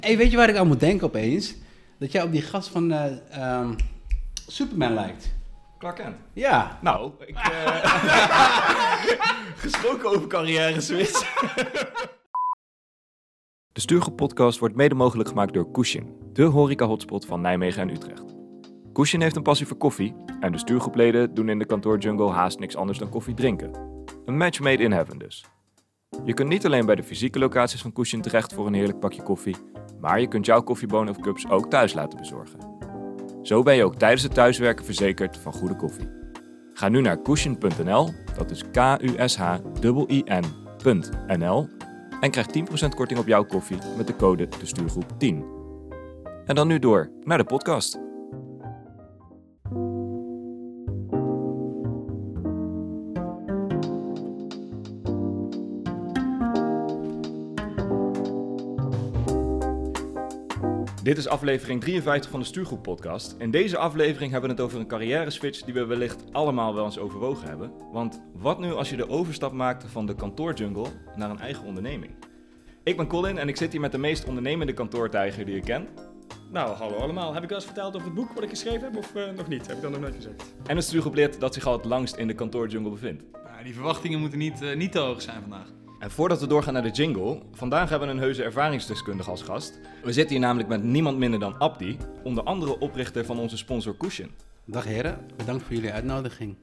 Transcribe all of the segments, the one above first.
Hey, weet je waar ik aan moet denken opeens? Dat jij op die gast van Superman lijkt. Clark Kent. Ja. Nou, gesproken over carrière switch. De Stuurgroep podcast wordt mede mogelijk gemaakt door Kushin, de horeca-hotspot van Nijmegen en Utrecht. Kushin heeft een passie voor koffie en de stuurgroepleden doen in de kantoorjungle haast niks anders dan koffie drinken. Een match made in heaven dus. Je kunt niet alleen bij de fysieke locaties van Kushin terecht voor een heerlijk bakje koffie, maar je kunt jouw koffiebonen of cups ook thuis laten bezorgen. Zo ben je ook tijdens het thuiswerken verzekerd van goede koffie. Ga nu naar kushin.nl, dat is KUSHIN.nl en krijg 10% korting op jouw koffie met de code DeStuurgroep10. En dan nu door naar de podcast. Dit is aflevering 53 van de Stuurgroep podcast. In deze aflevering hebben we het over een carrière switch die we wellicht allemaal wel eens overwogen hebben. Want wat nu als je de overstap maakt van de kantoorjungle naar een eigen onderneming? Ik ben Colin en ik zit hier met de meest ondernemende kantoortijger die je kent. Nou, hallo allemaal. Heb ik al eens verteld over het boek wat ik geschreven heb of nog niet? Heb ik dat nog nooit gezegd? En een Stuurgroeplid dat zich al het langst in de kantoorjungle bevindt. Nou, die verwachtingen moeten niet te hoog zijn vandaag. En voordat we doorgaan naar de jingle, vandaag hebben we een heuse ervaringsdeskundige als gast. We zitten hier namelijk met niemand minder dan Abdi, onder andere oprichter van onze sponsor Kushin. Dag heren, bedankt voor jullie uitnodiging.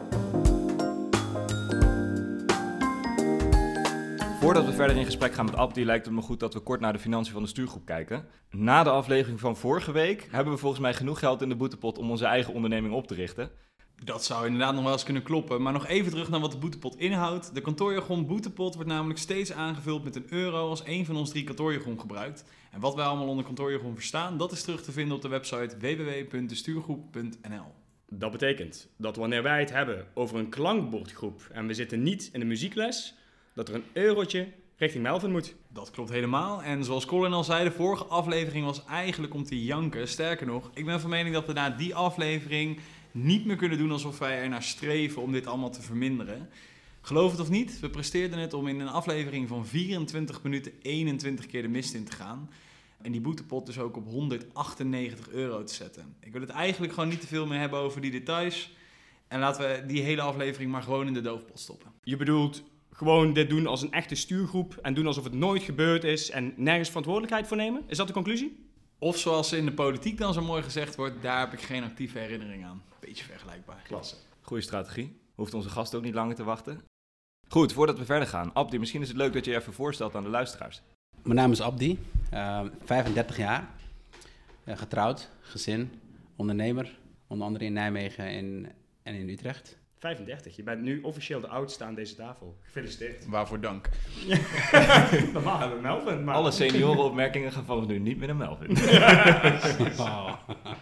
Voordat we verder in gesprek gaan met Abdi, lijkt het me goed dat we kort naar de financiën van de stuurgroep kijken. Na de aflevering van vorige week hebben we volgens mij genoeg geld in de boetepot om onze eigen onderneming op te richten. Dat zou inderdaad nog wel eens kunnen kloppen. Maar nog even terug naar wat de boetepot inhoudt. De kantoorjargon boetepot wordt namelijk steeds aangevuld met €1 als één van ons 3 kantoorjargon gebruikt. En wat wij allemaal onder kantoorjargon verstaan, dat is terug te vinden op de website www.destuurgroep.nl. Dat betekent dat wanneer wij het hebben over een klankbordgroep en we zitten niet in de muziekles, dat er een eurotje richting Melvin moet. Dat klopt helemaal. En zoals Colin al zei, de vorige aflevering was eigenlijk om te janken. Sterker nog, ik ben van mening dat we na die aflevering niet meer kunnen doen alsof wij er naar streven om dit allemaal te verminderen. Geloof het of niet, we presteerden het om in een aflevering van 24 minuten 21 keer de mist in te gaan. En die boetepot dus ook op €198 te zetten. Ik wil het eigenlijk gewoon niet te veel meer hebben over die details. En laten we die hele aflevering maar gewoon in de doofpot stoppen. Je bedoelt gewoon dit doen als een echte stuurgroep en doen alsof het nooit gebeurd is en nergens verantwoordelijkheid voor nemen? Is dat de conclusie? Of zoals in de politiek dan zo mooi gezegd wordt, daar heb ik geen actieve herinnering aan. Beetje vergelijkbaar. Klasse. Goeie strategie. Hoeft onze gast ook niet langer te wachten. Goed, voordat we verder gaan. Abdi, misschien is het leuk dat je je even voorstelt aan de luisteraars. Mijn naam is Abdi, 35 jaar, getrouwd, gezin, ondernemer, onder andere in Nijmegen en in Utrecht. 35. Je bent nu officieel de oudste aan deze tafel. Gefeliciteerd. Waarvoor dank. Normaal hebben we Melvin, maar... Alle seniorenopmerkingen gaan vanaf nu niet meer naar Melvin. Wow.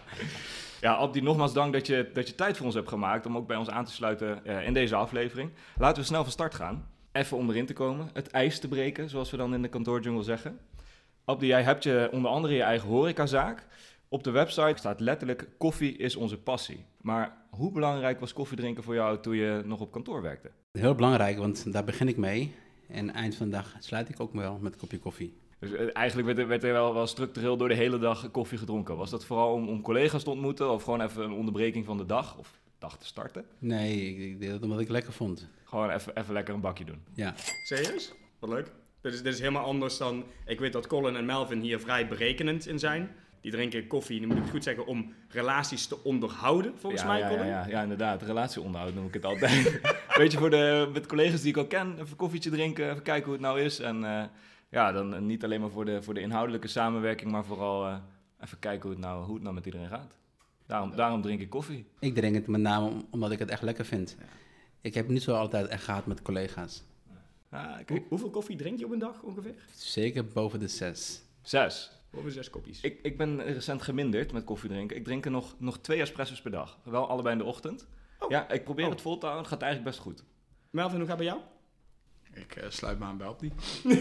Ja, Abdi, nogmaals dank dat je tijd voor ons hebt gemaakt om ook bij ons aan te sluiten in deze aflevering. Laten we snel van start gaan. Even om erin te komen, het ijs te breken, zoals we dan in de kantoorjungle zeggen. Abdi, jij hebt onder andere je eigen horecazaak. Op de website staat letterlijk: koffie is onze passie. Maar hoe belangrijk was koffiedrinken voor jou toen je nog op kantoor werkte? Heel belangrijk, want daar begin ik mee. En eind van de dag sluit ik ook wel met een kopje koffie. Dus eigenlijk werd er wel structureel door de hele dag koffie gedronken. Was dat vooral om collega's te ontmoeten of gewoon even een onderbreking van de dag of dag te starten? Nee, ik deed het omdat ik het lekker vond. Gewoon even lekker een bakje doen. Ja. Serieus? Wat leuk. Dit is helemaal anders dan... Ik weet dat Colin en Melvin hier vrij berekenend in zijn. Die drinken koffie, nu moet ik het goed zeggen, om relaties te onderhouden, volgens mij, Colin. Ja, inderdaad. Relatieonderhoud noem ik het altijd. Weet je, met collega's die ik al ken, even koffietje drinken, even kijken hoe het nou is. En dan niet alleen maar voor de inhoudelijke samenwerking, maar vooral even kijken hoe het nou met iedereen gaat. Daarom drink ik koffie. Ik drink het met name omdat ik het echt lekker vind. Ja. Ik heb niet zo altijd echt gehad met collega's. Hoeveel koffie drink je op een dag ongeveer? Zeker boven de 6. 6? Boven 6 kopjes. Ik ben recent geminderd met koffie drinken. Ik drink er nog 2 espresso's per dag. Wel allebei in de ochtend. Oh. Ja, ik probeer het vol te houden. Het gaat eigenlijk best goed. Melvin, hoe gaat het bij jou? Ik sluit me aan bij Abdi.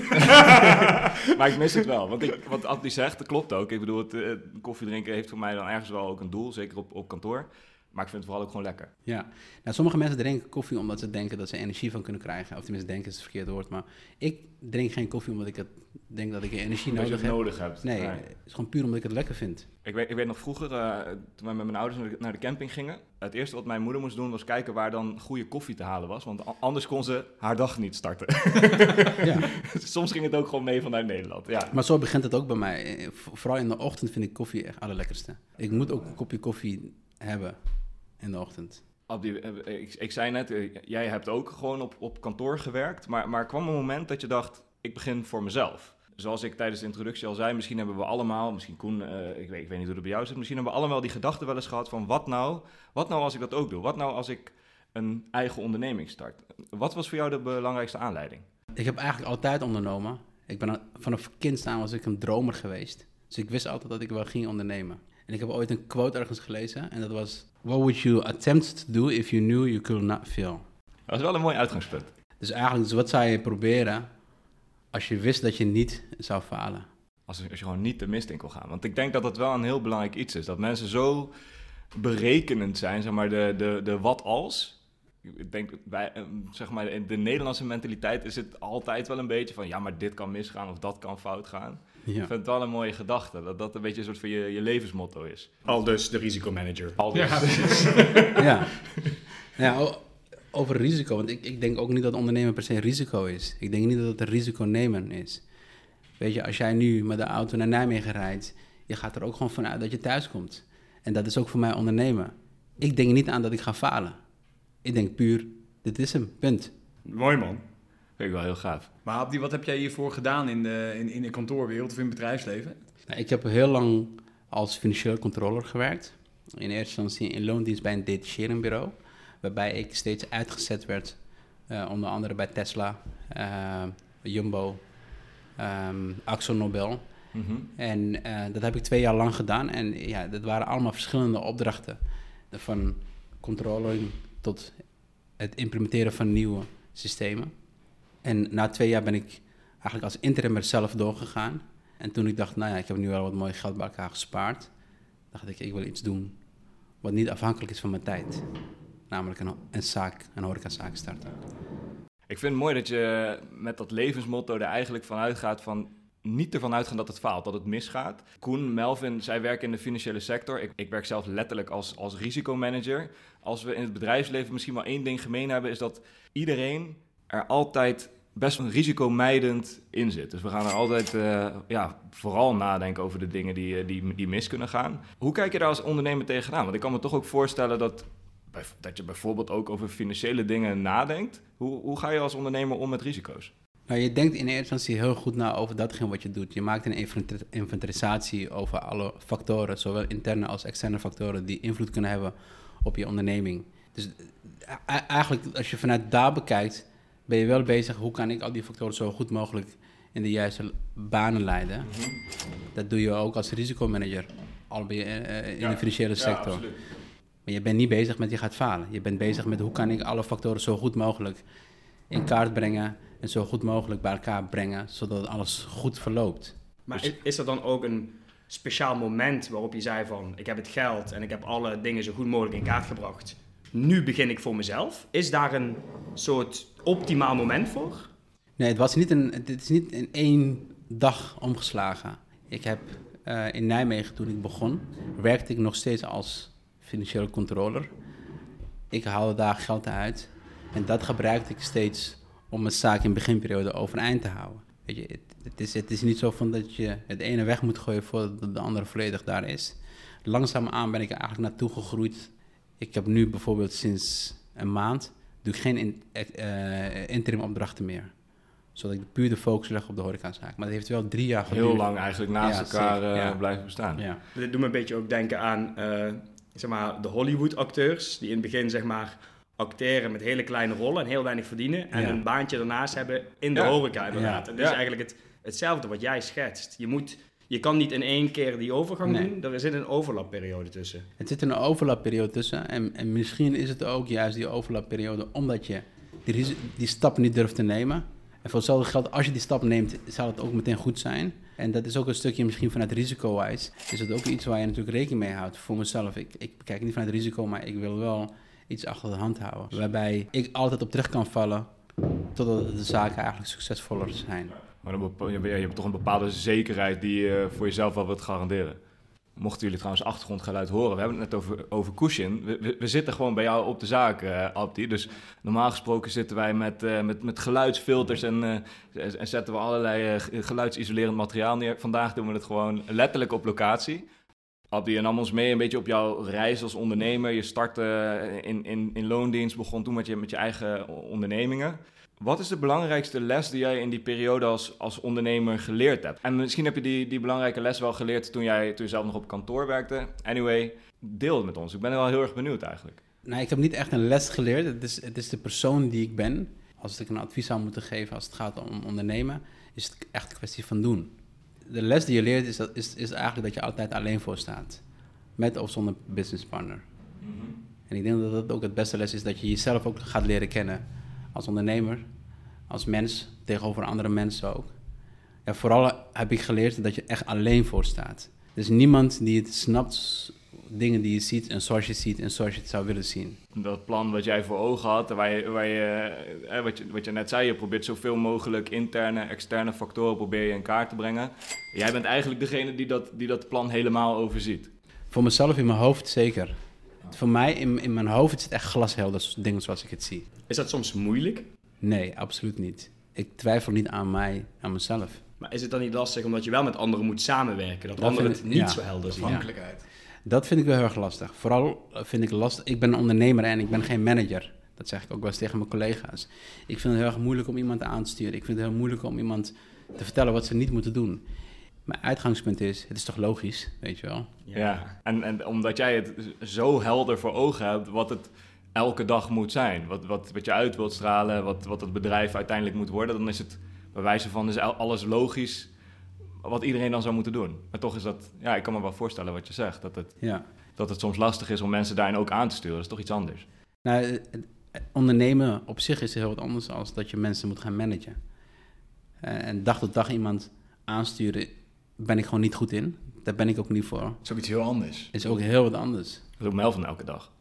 Maar ik mis het wel. Wat Abdi zegt, dat klopt ook. Ik bedoel, koffie drinken heeft voor mij dan ergens wel ook een doel. Zeker op kantoor. Maar ik vind het vooral ook gewoon lekker. Ja, nou, sommige mensen drinken koffie omdat ze denken dat ze energie van kunnen krijgen. Of tenminste, denken is het verkeerd woord. Maar ik drink geen koffie omdat ik denk dat ik energie Omdat je nodig het heb. nodig hebt. Nee, het is gewoon puur omdat ik het lekker vind. Ik weet nog vroeger, toen wij met mijn ouders naar de camping gingen. Het eerste wat mijn moeder moest doen was kijken waar dan goede koffie te halen was. Want anders kon ze haar dag niet starten. Ja. Soms ging het ook gewoon mee vanuit Nederland. Ja. Maar zo begint het ook bij mij. Vooral in de ochtend vind ik koffie echt allerlekkerste. Ik moet ook een kopje koffie hebben in de ochtend. Ik zei net, jij hebt ook gewoon op kantoor gewerkt. Maar kwam een moment dat je dacht, ik begin voor mezelf. Zoals ik tijdens de introductie al zei, misschien hebben we allemaal, misschien Koen, ik weet niet hoe het bij jou zit, misschien hebben we allemaal die gedachte wel eens gehad van wat nou als ik dat ook doe? Wat nou als ik een eigen onderneming start? Wat was voor jou de belangrijkste aanleiding? Ik heb eigenlijk altijd ondernomen. Vanaf kind aan was ik een dromer geweest. Dus ik wist altijd dat ik wel ging ondernemen. En ik heb ooit een quote ergens gelezen en dat was: What would you attempt to do if you knew you could not fail? Dat is wel een mooi uitgangspunt. Dus eigenlijk, wat zou je proberen als je wist dat je niet zou falen? Als je gewoon niet de mist in kon gaan. Want ik denk dat dat wel een heel belangrijk iets is. Dat mensen zo berekenend zijn, zeg maar, de wat als. Ik denk, zeg maar, in de Nederlandse mentaliteit is het altijd wel een beetje van, ja, maar dit kan misgaan of dat kan fout gaan. Ja. Ik vind het wel een mooie gedachte, dat dat een beetje een soort van je levensmotto is. Al dus de risicomanager. Ja. Ja, over risico, want ik denk ook niet dat ondernemen per se risico is. Ik denk niet dat het een risico nemen is. Weet je, als jij nu met de auto naar Nijmegen rijdt, je gaat er ook gewoon vanuit dat je thuis komt. En dat is ook voor mij ondernemen. Ik denk niet aan dat ik ga falen. Ik denk puur, dit is hem, punt. Mooi man. Vind ik wel heel gaaf. Maar Abdi, wat heb jij hiervoor gedaan in de kantoorwereld of in het bedrijfsleven? Nou, ik heb heel lang als financieel controller gewerkt. In eerste instantie in loondienst bij een detacheringsbureau. Waarbij ik steeds uitgezet werd, onder andere bij Tesla, Jumbo, AkzoNobel. Mm-hmm. En dat heb ik 2 jaar lang gedaan. En ja, dat waren allemaal verschillende opdrachten. Van controlling tot het implementeren van nieuwe systemen. En na 2 jaar ben ik eigenlijk als interimmer zelf doorgegaan. En toen ik dacht, nou ja, ik heb nu wel wat mooi geld bij elkaar gespaard. Dacht ik wil iets doen wat niet afhankelijk is van mijn tijd. Namelijk een horecazaak starten. Ik vind het mooi dat je met dat levensmotto er eigenlijk vanuit gaat van niet ervan uitgaan dat het faalt, dat het misgaat. Koen, Melvin, zij werken in de financiële sector. Ik werk zelf letterlijk als risicomanager. Als we in het bedrijfsleven misschien wel 1 ding gemeen hebben, is dat iedereen er altijd best een risicomijdend in zit. Dus we gaan er altijd vooral nadenken over de dingen die mis kunnen gaan. Hoe kijk je daar als ondernemer tegenaan? Want ik kan me toch ook voorstellen dat je bijvoorbeeld ook over financiële dingen nadenkt. Hoe ga je als ondernemer om met risico's? Nou, je denkt in eerste instantie heel goed na over datgene wat je doet. Je maakt een inventarisatie over alle factoren, zowel interne als externe factoren, die invloed kunnen hebben op je onderneming. Dus eigenlijk, als je vanuit daar bekijkt, ben je wel bezig, hoe kan ik al die factoren zo goed mogelijk in de juiste banen leiden. Mm-hmm. Dat doe je ook als risicomanager, al ben je in de financiële sector. Absoluut. Maar je bent niet bezig met je gaat falen. Je bent bezig met hoe kan ik alle factoren zo goed mogelijk in kaart brengen en zo goed mogelijk bij elkaar brengen, zodat alles goed verloopt. Maar Dus is er dan ook een speciaal moment waarop je zei van, ik heb het geld en ik heb alle dingen zo goed mogelijk in kaart gebracht. Nu begin ik voor mezelf. Is daar een soort optimaal moment voor? Nee, het is niet in 1 dag omgeslagen. Ik heb in Nijmegen, toen ik begon, werkte ik nog steeds als financiële controller. Ik haalde daar geld uit en dat gebruikte ik steeds om mijn zaak in de beginperiode overeind te houden. Weet je, het is niet zo van dat je het ene weg moet gooien voordat de andere volledig daar is. Langzaamaan ben ik er eigenlijk naartoe gegroeid. Ik heb nu bijvoorbeeld sinds een maand doe ik geen interim opdrachten meer. Zodat ik puur de focus leg op de horecazaak. Maar dat heeft wel 3 jaar geduurd. Heel lang eigenlijk naast elkaar blijven bestaan. Ja. Dit doet me een beetje ook denken aan zeg maar, de Hollywood-acteurs, die in het begin zeg maar, acteren met hele kleine rollen en heel weinig verdienen. En een baantje daarnaast hebben in de horeca inderdaad. Ja. En dus eigenlijk hetzelfde wat jij schetst. Je kan niet in 1 keer die overgang doen. Er zit een overlapperiode tussen. Het zit een overlapperiode tussen. En misschien is het ook juist die overlapperiode omdat je die stap niet durft te nemen. En voor hetzelfde geld, als je die stap neemt, zal het ook meteen goed zijn. En dat is ook een stukje misschien vanuit risico-wise. Is het ook iets waar je natuurlijk rekening mee houdt. Voor mezelf, ik bekijk niet vanuit risico, maar ik wil wel iets achter de hand houden. Waarbij ik altijd op terug kan vallen, totdat de zaken eigenlijk succesvoller zijn. Maar je hebt toch een bepaalde zekerheid die je voor jezelf wel wilt garanderen. Mochten jullie trouwens achtergrondgeluid horen, we hebben het net over Kushin. We zitten gewoon bij jou op de zaak, Abdi. Dus normaal gesproken zitten wij met geluidsfilters en zetten we allerlei geluidsisolerend materiaal neer. Vandaag doen we het gewoon letterlijk op locatie. Abdi, je nam ons mee een beetje op jouw reis als ondernemer. Je startte in loondienst, begon toen met je eigen ondernemingen. Wat is de belangrijkste les die jij in die periode als ondernemer geleerd hebt? En misschien heb je die belangrijke les wel geleerd toen je zelf nog op kantoor werkte. Anyway, deel het met ons. Ik ben wel heel erg benieuwd eigenlijk. Nou, ik heb niet echt een les geleerd. Het is de persoon die ik ben. Als ik een advies zou moeten geven als het gaat om ondernemen, is het echt een kwestie van doen. De les die je leert is eigenlijk dat je altijd alleen voor staat. Met of zonder businesspartner. Mm-hmm. En ik denk dat dat ook het beste les is, dat je jezelf ook gaat leren kennen. Als ondernemer, als mens, tegenover andere mensen ook. Ja, vooral heb ik geleerd dat je echt alleen voor staat. Er is niemand die het snapt, dingen die je ziet en zoals je ziet en zoals je het zou willen zien. Dat plan wat jij voor ogen had, wat je net zei, je probeert zoveel mogelijk interne, externe factoren probeer je in kaart te brengen. Jij bent eigenlijk degene die dat plan helemaal overziet. Voor mezelf in mijn hoofd zeker. Voor mij in mijn hoofd is het echt glashelder, dingen zoals ik het zie. Is dat soms moeilijk? Nee, absoluut niet. Ik twijfel niet aan mezelf. Maar is het dan niet lastig omdat je wel met anderen moet samenwerken? Dat anderen het niet zo helder zien? Afhankelijkheid. Dat vind ik wel heel erg lastig. Vooral vind ik lastig, ik ben een ondernemer en ik ben geen manager. Dat zeg ik ook wel eens tegen mijn collega's. Ik vind het heel erg moeilijk om iemand aan te sturen. Ik vind het heel moeilijk om iemand te vertellen wat ze niet moeten doen. Mijn uitgangspunt is, het is toch logisch, weet je wel? Ja. En omdat jij het zo helder voor ogen hebt wat het elke dag moet zijn. Wat je uit wilt stralen, wat het bedrijf uiteindelijk moet worden. Dan is het bij wijze van is alles logisch wat iedereen dan zou moeten doen. Maar toch is dat, ja, ik kan me wel voorstellen wat je zegt. Dat het soms lastig is om mensen daarin ook aan te sturen. Dat is toch iets anders. Nou, ondernemen op zich is heel wat anders dan dat je mensen moet gaan managen. En dag tot dag iemand aansturen ben ik gewoon niet goed in. Daar ben ik ook niet voor. Dat is ook iets heel anders. Is ook heel wat anders. Dat doet Melvin elke dag.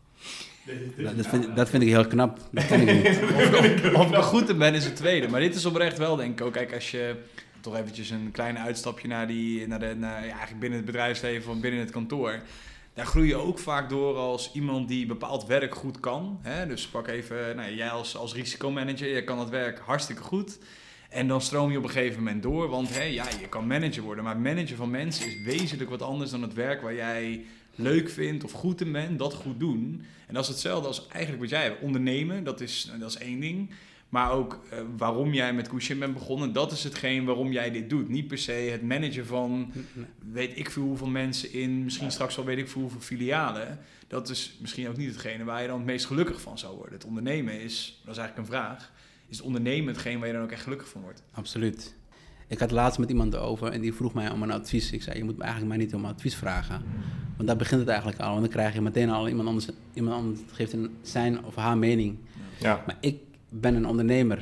Dat vind ik heel knap. Dat ken ik niet. Of ik goed in ben is het tweede. Maar dit is oprecht wel, denk ik ook. Kijk, als je toch eventjes een klein uitstapje naar eigenlijk binnen het bedrijfsleven of binnen het kantoor. Daar groei je ook vaak door als iemand die bepaald werk goed kan. Hè? Dus pak even, jij als risicomanager, je kan dat werk hartstikke goed. En dan stroom je op een gegeven moment door, want je kan manager worden. Maar manager van mensen is wezenlijk wat anders dan het werk waar jij leuk vindt of goed in bent, dat goed doen. En dat is hetzelfde als eigenlijk wat jij hebt. Ondernemen, dat is één ding. Maar ook waarom jij met Kushin bent begonnen, dat is hetgeen waarom jij dit doet. Niet per se het managen van weet ik veel hoeveel mensen in, misschien straks wel weet ik veel hoeveel filialen. Dat is misschien ook niet hetgene waar je dan het meest gelukkig van zou worden. Het ondernemen is, dat is eigenlijk een vraag, is het ondernemen hetgeen waar je dan ook echt gelukkig van wordt? Absoluut. Ik had laatst met iemand over en die vroeg mij om een advies. Ik zei, je moet eigenlijk mij niet om advies vragen. Want daar begint het eigenlijk al. Want dan krijg je meteen al iemand anders geeft zijn of haar mening. Ja. Maar ik ben een ondernemer.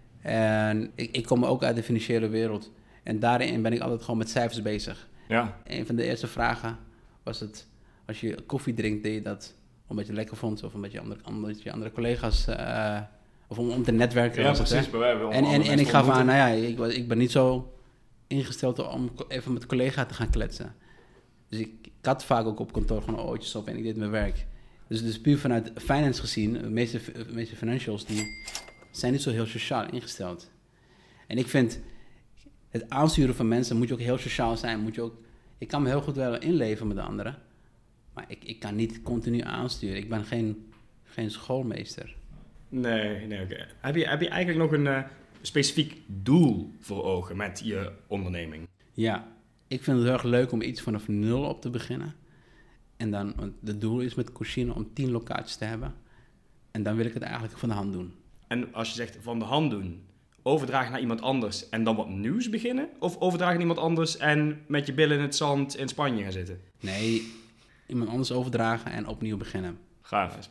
En ik kom ook uit de financiële wereld. En daarin ben ik altijd gewoon met cijfers bezig. Ja. Een van de eerste vragen was het, als je koffie drinkt, deed je dat omdat je het lekker vond of omdat je andere collega's... of om te netwerken. Ja, was precies. Het, en ik gaf aan, ik ben niet zo ingesteld om even met collega te gaan kletsen. Dus ik had vaak ook op kantoor gewoon oortjes op en ik deed mijn werk. Dus puur vanuit finance gezien, de meeste financials, die zijn niet zo heel sociaal ingesteld. En ik vind, het aansturen van mensen moet je ook heel sociaal zijn. Ik kan me heel goed wel inleven met de anderen, maar ik kan niet continu aansturen. Ik ben geen schoolmeester. Nee, oké. Heb je eigenlijk nog een specifiek doel voor ogen met je onderneming? Ja, ik vind het heel erg leuk om iets vanaf 0 op te beginnen. En dan, want het doel is met Kushin om 10 locaties te hebben. En dan wil ik het eigenlijk van de hand doen. En als je zegt van de hand doen, overdragen naar iemand anders en dan wat nieuws beginnen? Of overdragen naar iemand anders en met je billen in het zand in Spanje gaan zitten? Nee, iemand anders overdragen en opnieuw beginnen. Gaaf, man.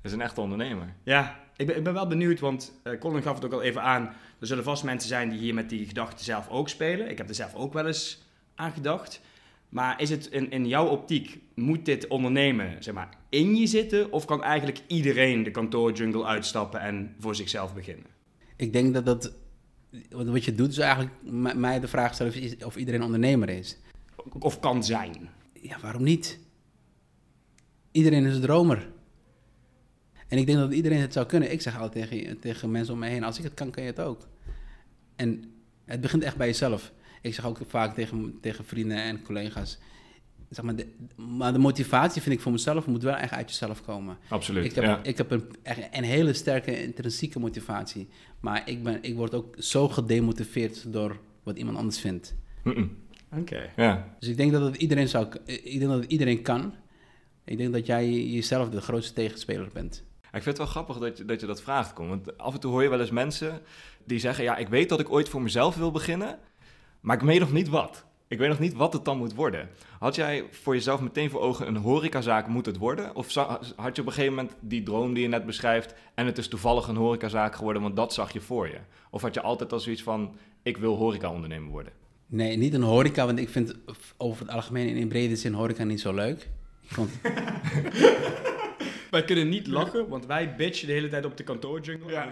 is een echte ondernemer. Ja, ik ben wel benieuwd, want Colin gaf het ook al even aan. Er zullen vast mensen zijn die hier met die gedachten zelf ook spelen. Ik heb er zelf ook wel eens aan gedacht. Maar is het in jouw optiek, moet dit ondernemen zeg maar, in je zitten? Of kan eigenlijk iedereen de kantoorjungle uitstappen en voor zichzelf beginnen? Ik denk dat wat je doet is eigenlijk mij de vraag stellen of iedereen ondernemer is. Of kan zijn? Ja, waarom niet? Iedereen is een dromer. En ik denk dat iedereen het zou kunnen. Ik zeg altijd tegen mensen om me heen, als ik het kan, kan je het ook. En het begint echt bij jezelf. Ik zeg ook vaak tegen vrienden en collega's, zeg maar de motivatie vind ik voor mezelf moet wel echt uit jezelf komen. Absoluut, Ik heb een hele sterke intrinsieke motivatie. Maar ik word ook zo gedemotiveerd door wat iemand anders vindt. Oké. Ja. Dus ik denk dat het iedereen kan. Ik denk dat jij jezelf de grootste tegenspeler bent. Ik vind het wel grappig dat je dat vraagt, Kom. Want af en toe hoor je wel eens mensen die zeggen, ja, ik weet dat ik ooit voor mezelf wil beginnen, maar ik weet nog niet wat. Ik weet nog niet wat het dan moet worden. Had jij voor jezelf meteen voor ogen een horecazaak moet het worden? Of had je op een gegeven moment die droom die je net beschrijft en het is toevallig een horecazaak geworden, want dat zag je voor je? Of had je altijd al zoiets van, ik wil horeca-ondernemer worden? Nee, niet een horeca, want ik vind over het algemeen in brede zin horeca niet zo leuk. Ik vond... Wij kunnen niet lachen, want wij bitchen de hele tijd op de kantoorjungle. Ja,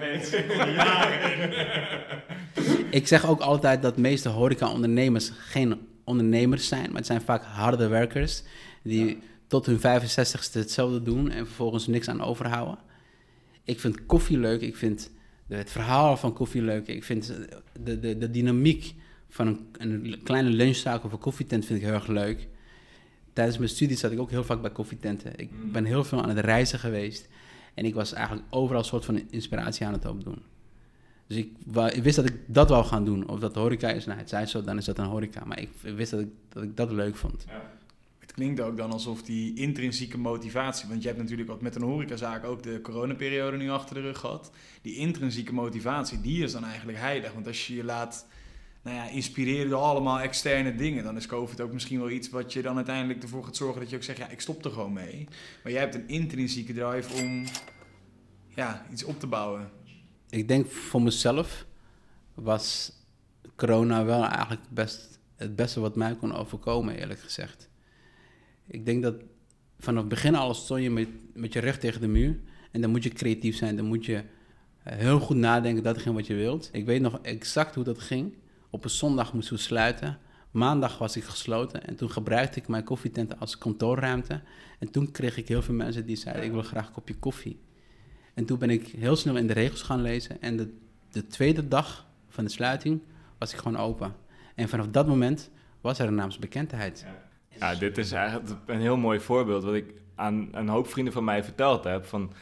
Ik zeg ook altijd dat de meeste horeca-ondernemers geen ondernemers zijn, maar het zijn vaak harde werkers die tot hun 65ste hetzelfde doen en vervolgens niks aan overhouden. Ik vind koffie leuk, ik vind het verhaal van koffie leuk, ik vind de dynamiek van een kleine lunchzaak of een koffietent vind ik heel erg leuk. Tijdens mijn studie zat ik ook heel vaak bij koffietenten. Ik ben heel veel aan het reizen geweest. En ik was eigenlijk overal een soort van inspiratie aan het opdoen. Dus ik wist dat ik dat wou gaan doen. Of dat horeca is, nou het zei zo, dan is dat een horeca. Maar ik wist dat ik dat leuk vond. Ja. Het klinkt ook dan alsof die intrinsieke motivatie... Want je hebt natuurlijk ook met een horecazaak ook de coronaperiode nu achter de rug gehad. Die intrinsieke motivatie, die is dan eigenlijk heilig. Want als je je laat... inspireren door allemaal externe dingen, dan is COVID ook misschien wel iets wat je dan uiteindelijk ervoor gaat zorgen dat je ook zegt, ja, ik stop er gewoon mee. Maar jij hebt een intrinsieke drive om iets op te bouwen. Ik denk voor mezelf was corona wel eigenlijk het beste wat mij kon overkomen, eerlijk gezegd. Ik denk dat vanaf het begin al stond je met je rug tegen de muur en dan moet je creatief zijn, dan moet je heel goed nadenken datgene wat je wilt. Ik weet nog exact hoe dat ging. Op een zondag moesten we sluiten. Maandag was ik gesloten. En toen gebruikte ik mijn koffietenten als kantoorruimte. En toen kreeg ik heel veel mensen die zeiden, ik wil graag een kopje koffie. En toen ben ik heel snel in de regels gaan lezen. En de tweede dag van de sluiting was ik gewoon open. En vanaf dat moment was er een naamsbekendheid. Ja, dit is eigenlijk een heel mooi voorbeeld wat ik aan een hoop vrienden van mij verteld heb. Van,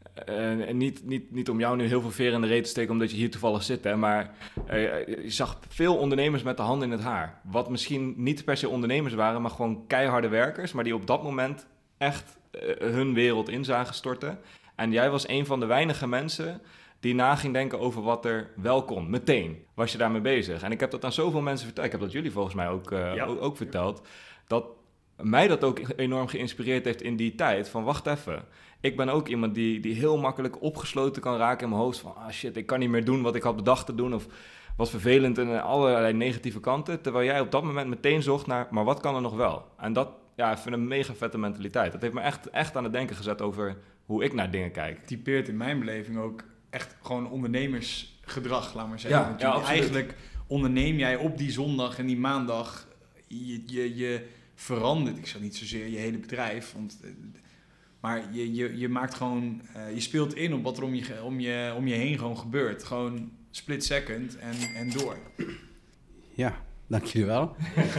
niet om jou nu heel veel veren in de reet te steken omdat je hier toevallig zit, hè, maar je zag veel ondernemers met de handen in het haar. Wat misschien niet per se ondernemers waren, maar gewoon keiharde werkers, maar die op dat moment echt hun wereld in zagen storten. En jij was een van de weinige mensen die na ging denken over wat er wel kon. Meteen was je daarmee bezig. En ik heb dat aan zoveel mensen verteld. Ik heb dat jullie volgens mij ook verteld. Dat mij dat ook enorm geïnspireerd heeft in die tijd. Van wacht even. Ik ben ook iemand die heel makkelijk opgesloten kan raken in mijn hoofd. Van shit, ik kan niet meer doen wat ik had bedacht te doen. Of wat vervelend en allerlei negatieve kanten. Terwijl jij op dat moment meteen zocht naar, maar wat kan er nog wel? En dat, ik vind een mega vette mentaliteit. Dat heeft me echt aan het denken gezet over hoe ik naar dingen kijk. Typeert in mijn beleving ook echt gewoon ondernemersgedrag, laat maar zeggen. Ja, want eigenlijk onderneem jij op die zondag en die maandag, je verandert, ik zeg niet zozeer je hele bedrijf, maar je maakt gewoon, je speelt in op wat er om je heen gewoon gebeurt. Gewoon split second en door. Ja, dank jullie wel.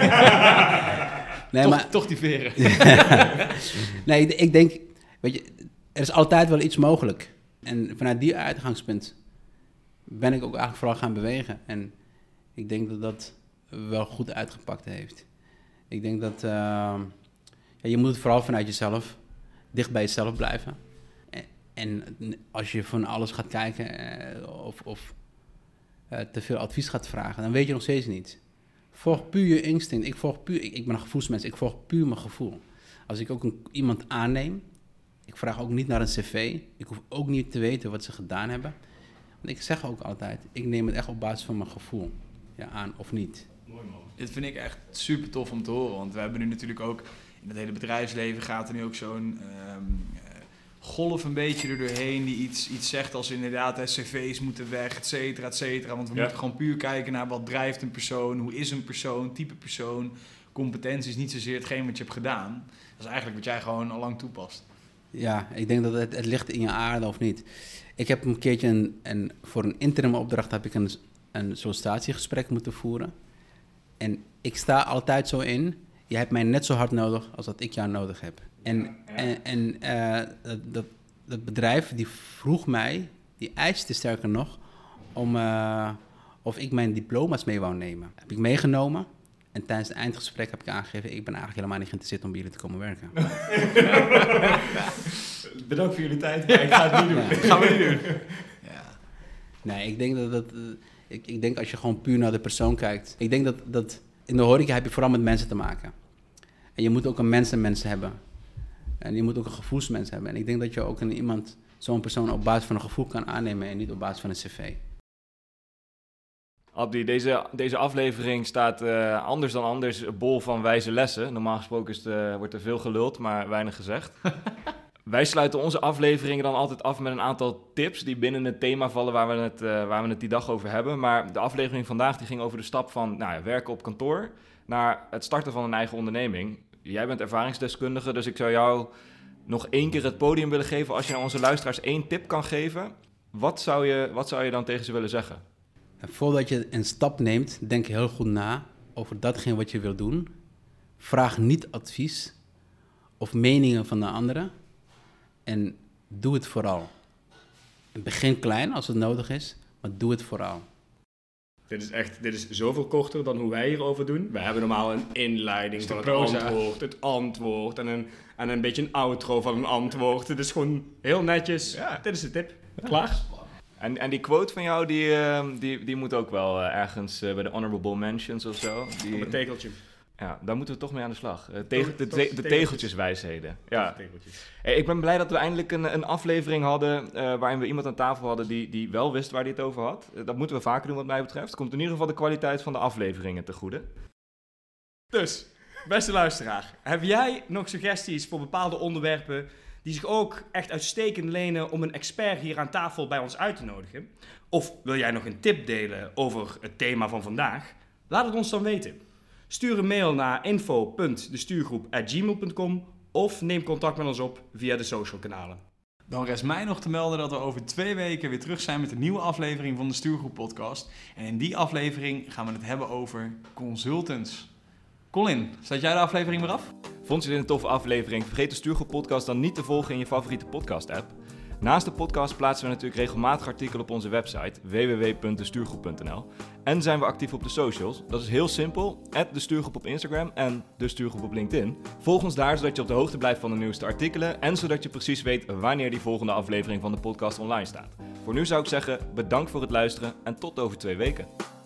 Toch die veren. Nee, ik denk, weet je, er is altijd wel iets mogelijk. En vanuit die uitgangspunt ben ik ook eigenlijk vooral gaan bewegen. En ik denk dat dat wel goed uitgepakt heeft. Ik denk dat je moet het vooral vanuit jezelf, dicht bij jezelf blijven. En als je van alles gaat kijken of te veel advies gaat vragen, dan weet je nog steeds niet. Volg puur je instinct. Ik ben een gevoelsmens, ik volg puur mijn gevoel. Als ik ook iemand aanneem, Ik vraag ook niet naar een cv. Ik hoef ook niet te weten wat ze gedaan hebben. Want ik zeg ook altijd, ik neem het echt op basis van mijn gevoel aan of niet. Mooi man. Dit vind ik echt super tof om te horen. Want we hebben nu natuurlijk ook, in het hele bedrijfsleven gaat er nu ook zo'n golf een beetje er doorheen die iets zegt als inderdaad cv's moeten weg, et cetera, et cetera. Want we moeten gewoon puur kijken naar wat drijft een persoon, hoe is een persoon, type persoon. Competentie is niet zozeer hetgeen wat je hebt gedaan. Dat is eigenlijk wat jij gewoon al lang toepast. Ja, ik denk dat het ligt in je aarde of niet. Ik heb een keertje voor een interim opdracht heb ik een sollicitatiegesprek moeten voeren. En ik sta altijd zo in, je hebt mij net zo hard nodig als dat ik jou nodig heb. Dat bedrijf die vroeg mij, die eiste sterker nog, om of ik mijn diploma's mee wou nemen. Heb ik meegenomen en tijdens het eindgesprek heb ik aangegeven, ik ben eigenlijk helemaal niet geïnteresseerd om bij jullie te komen werken. Bedankt voor jullie tijd, maar ik ga het niet doen. Gaan we niet doen. Ja. Nee, ik denk ik denk als je gewoon puur naar de persoon kijkt. Ik denk dat in de horeca heb je vooral met mensen te maken. En je moet ook een mens hebben. En je moet ook een gevoelsmens hebben. En ik denk dat je ook zo'n persoon op basis van een gevoel kan aannemen en niet op basis van een cv. Abdi, deze aflevering staat anders dan anders bol van wijze lessen. Normaal gesproken wordt er veel geluld, maar weinig gezegd. Wij sluiten onze afleveringen dan altijd af met een aantal tips die binnen het thema vallen waar we het die dag over hebben. Maar de aflevering vandaag die ging over de stap van werken op kantoor naar het starten van een eigen onderneming. Jij bent ervaringsdeskundige, dus ik zou jou nog 1 keer het podium willen geven. Als je aan onze luisteraars 1 tip kan geven, wat zou je dan tegen ze willen zeggen? En voordat je een stap neemt, denk heel goed na over datgene wat je wil doen. Vraag niet advies of meningen van de anderen. En doe het vooral. Begin klein als het nodig is, maar doe het vooral. Dit is zoveel korter dan hoe wij hierover doen. We hebben normaal een inleiding van het antwoord en een beetje een outro van een antwoord. Het is gewoon heel netjes. Ja. Dit is de tip. Ja. Klaar? En die quote van jou, die moet ook wel ergens bij de honorable mentions of zo. Op een tegeltje. Ja, daar moeten we toch mee aan de slag. De tegeltjeswijsheden. Ja. Tegeltjes. Ik ben blij dat we eindelijk een aflevering hadden waarin we iemand aan tafel hadden die wel wist waar hij het over had. Dat moeten we vaker doen wat mij betreft. Komt in ieder geval de kwaliteit van de afleveringen te goede. Dus, beste luisteraar, heb jij nog suggesties voor bepaalde onderwerpen die zich ook echt uitstekend lenen om een expert hier aan tafel bij ons uit te nodigen? Of wil jij nog een tip delen over het thema van vandaag? Laat het ons dan weten. Stuur een mail naar info.destuurgroep@gmail.com of neem contact met ons op via de social kanalen. Dan rest mij nog te melden dat we over 2 weken weer terug zijn met een nieuwe aflevering van de Stuurgroep podcast. En in die aflevering gaan we het hebben over consultants. Colin, zet jij de aflevering weer af? Vond je dit een toffe aflevering? Vergeet de Stuurgroep podcast dan niet te volgen in je favoriete podcast app. Naast de podcast plaatsen we natuurlijk regelmatig artikelen op onze website www.destuurgroep.nl. En zijn we actief op de socials. Dat is heel simpel. @de Stuurgroep op Instagram en de Stuurgroep op LinkedIn. Volg ons daar zodat je op de hoogte blijft van de nieuwste artikelen en zodat je precies weet wanneer die volgende aflevering van de podcast online staat. Voor nu zou ik zeggen, bedankt voor het luisteren en tot over 2 weken.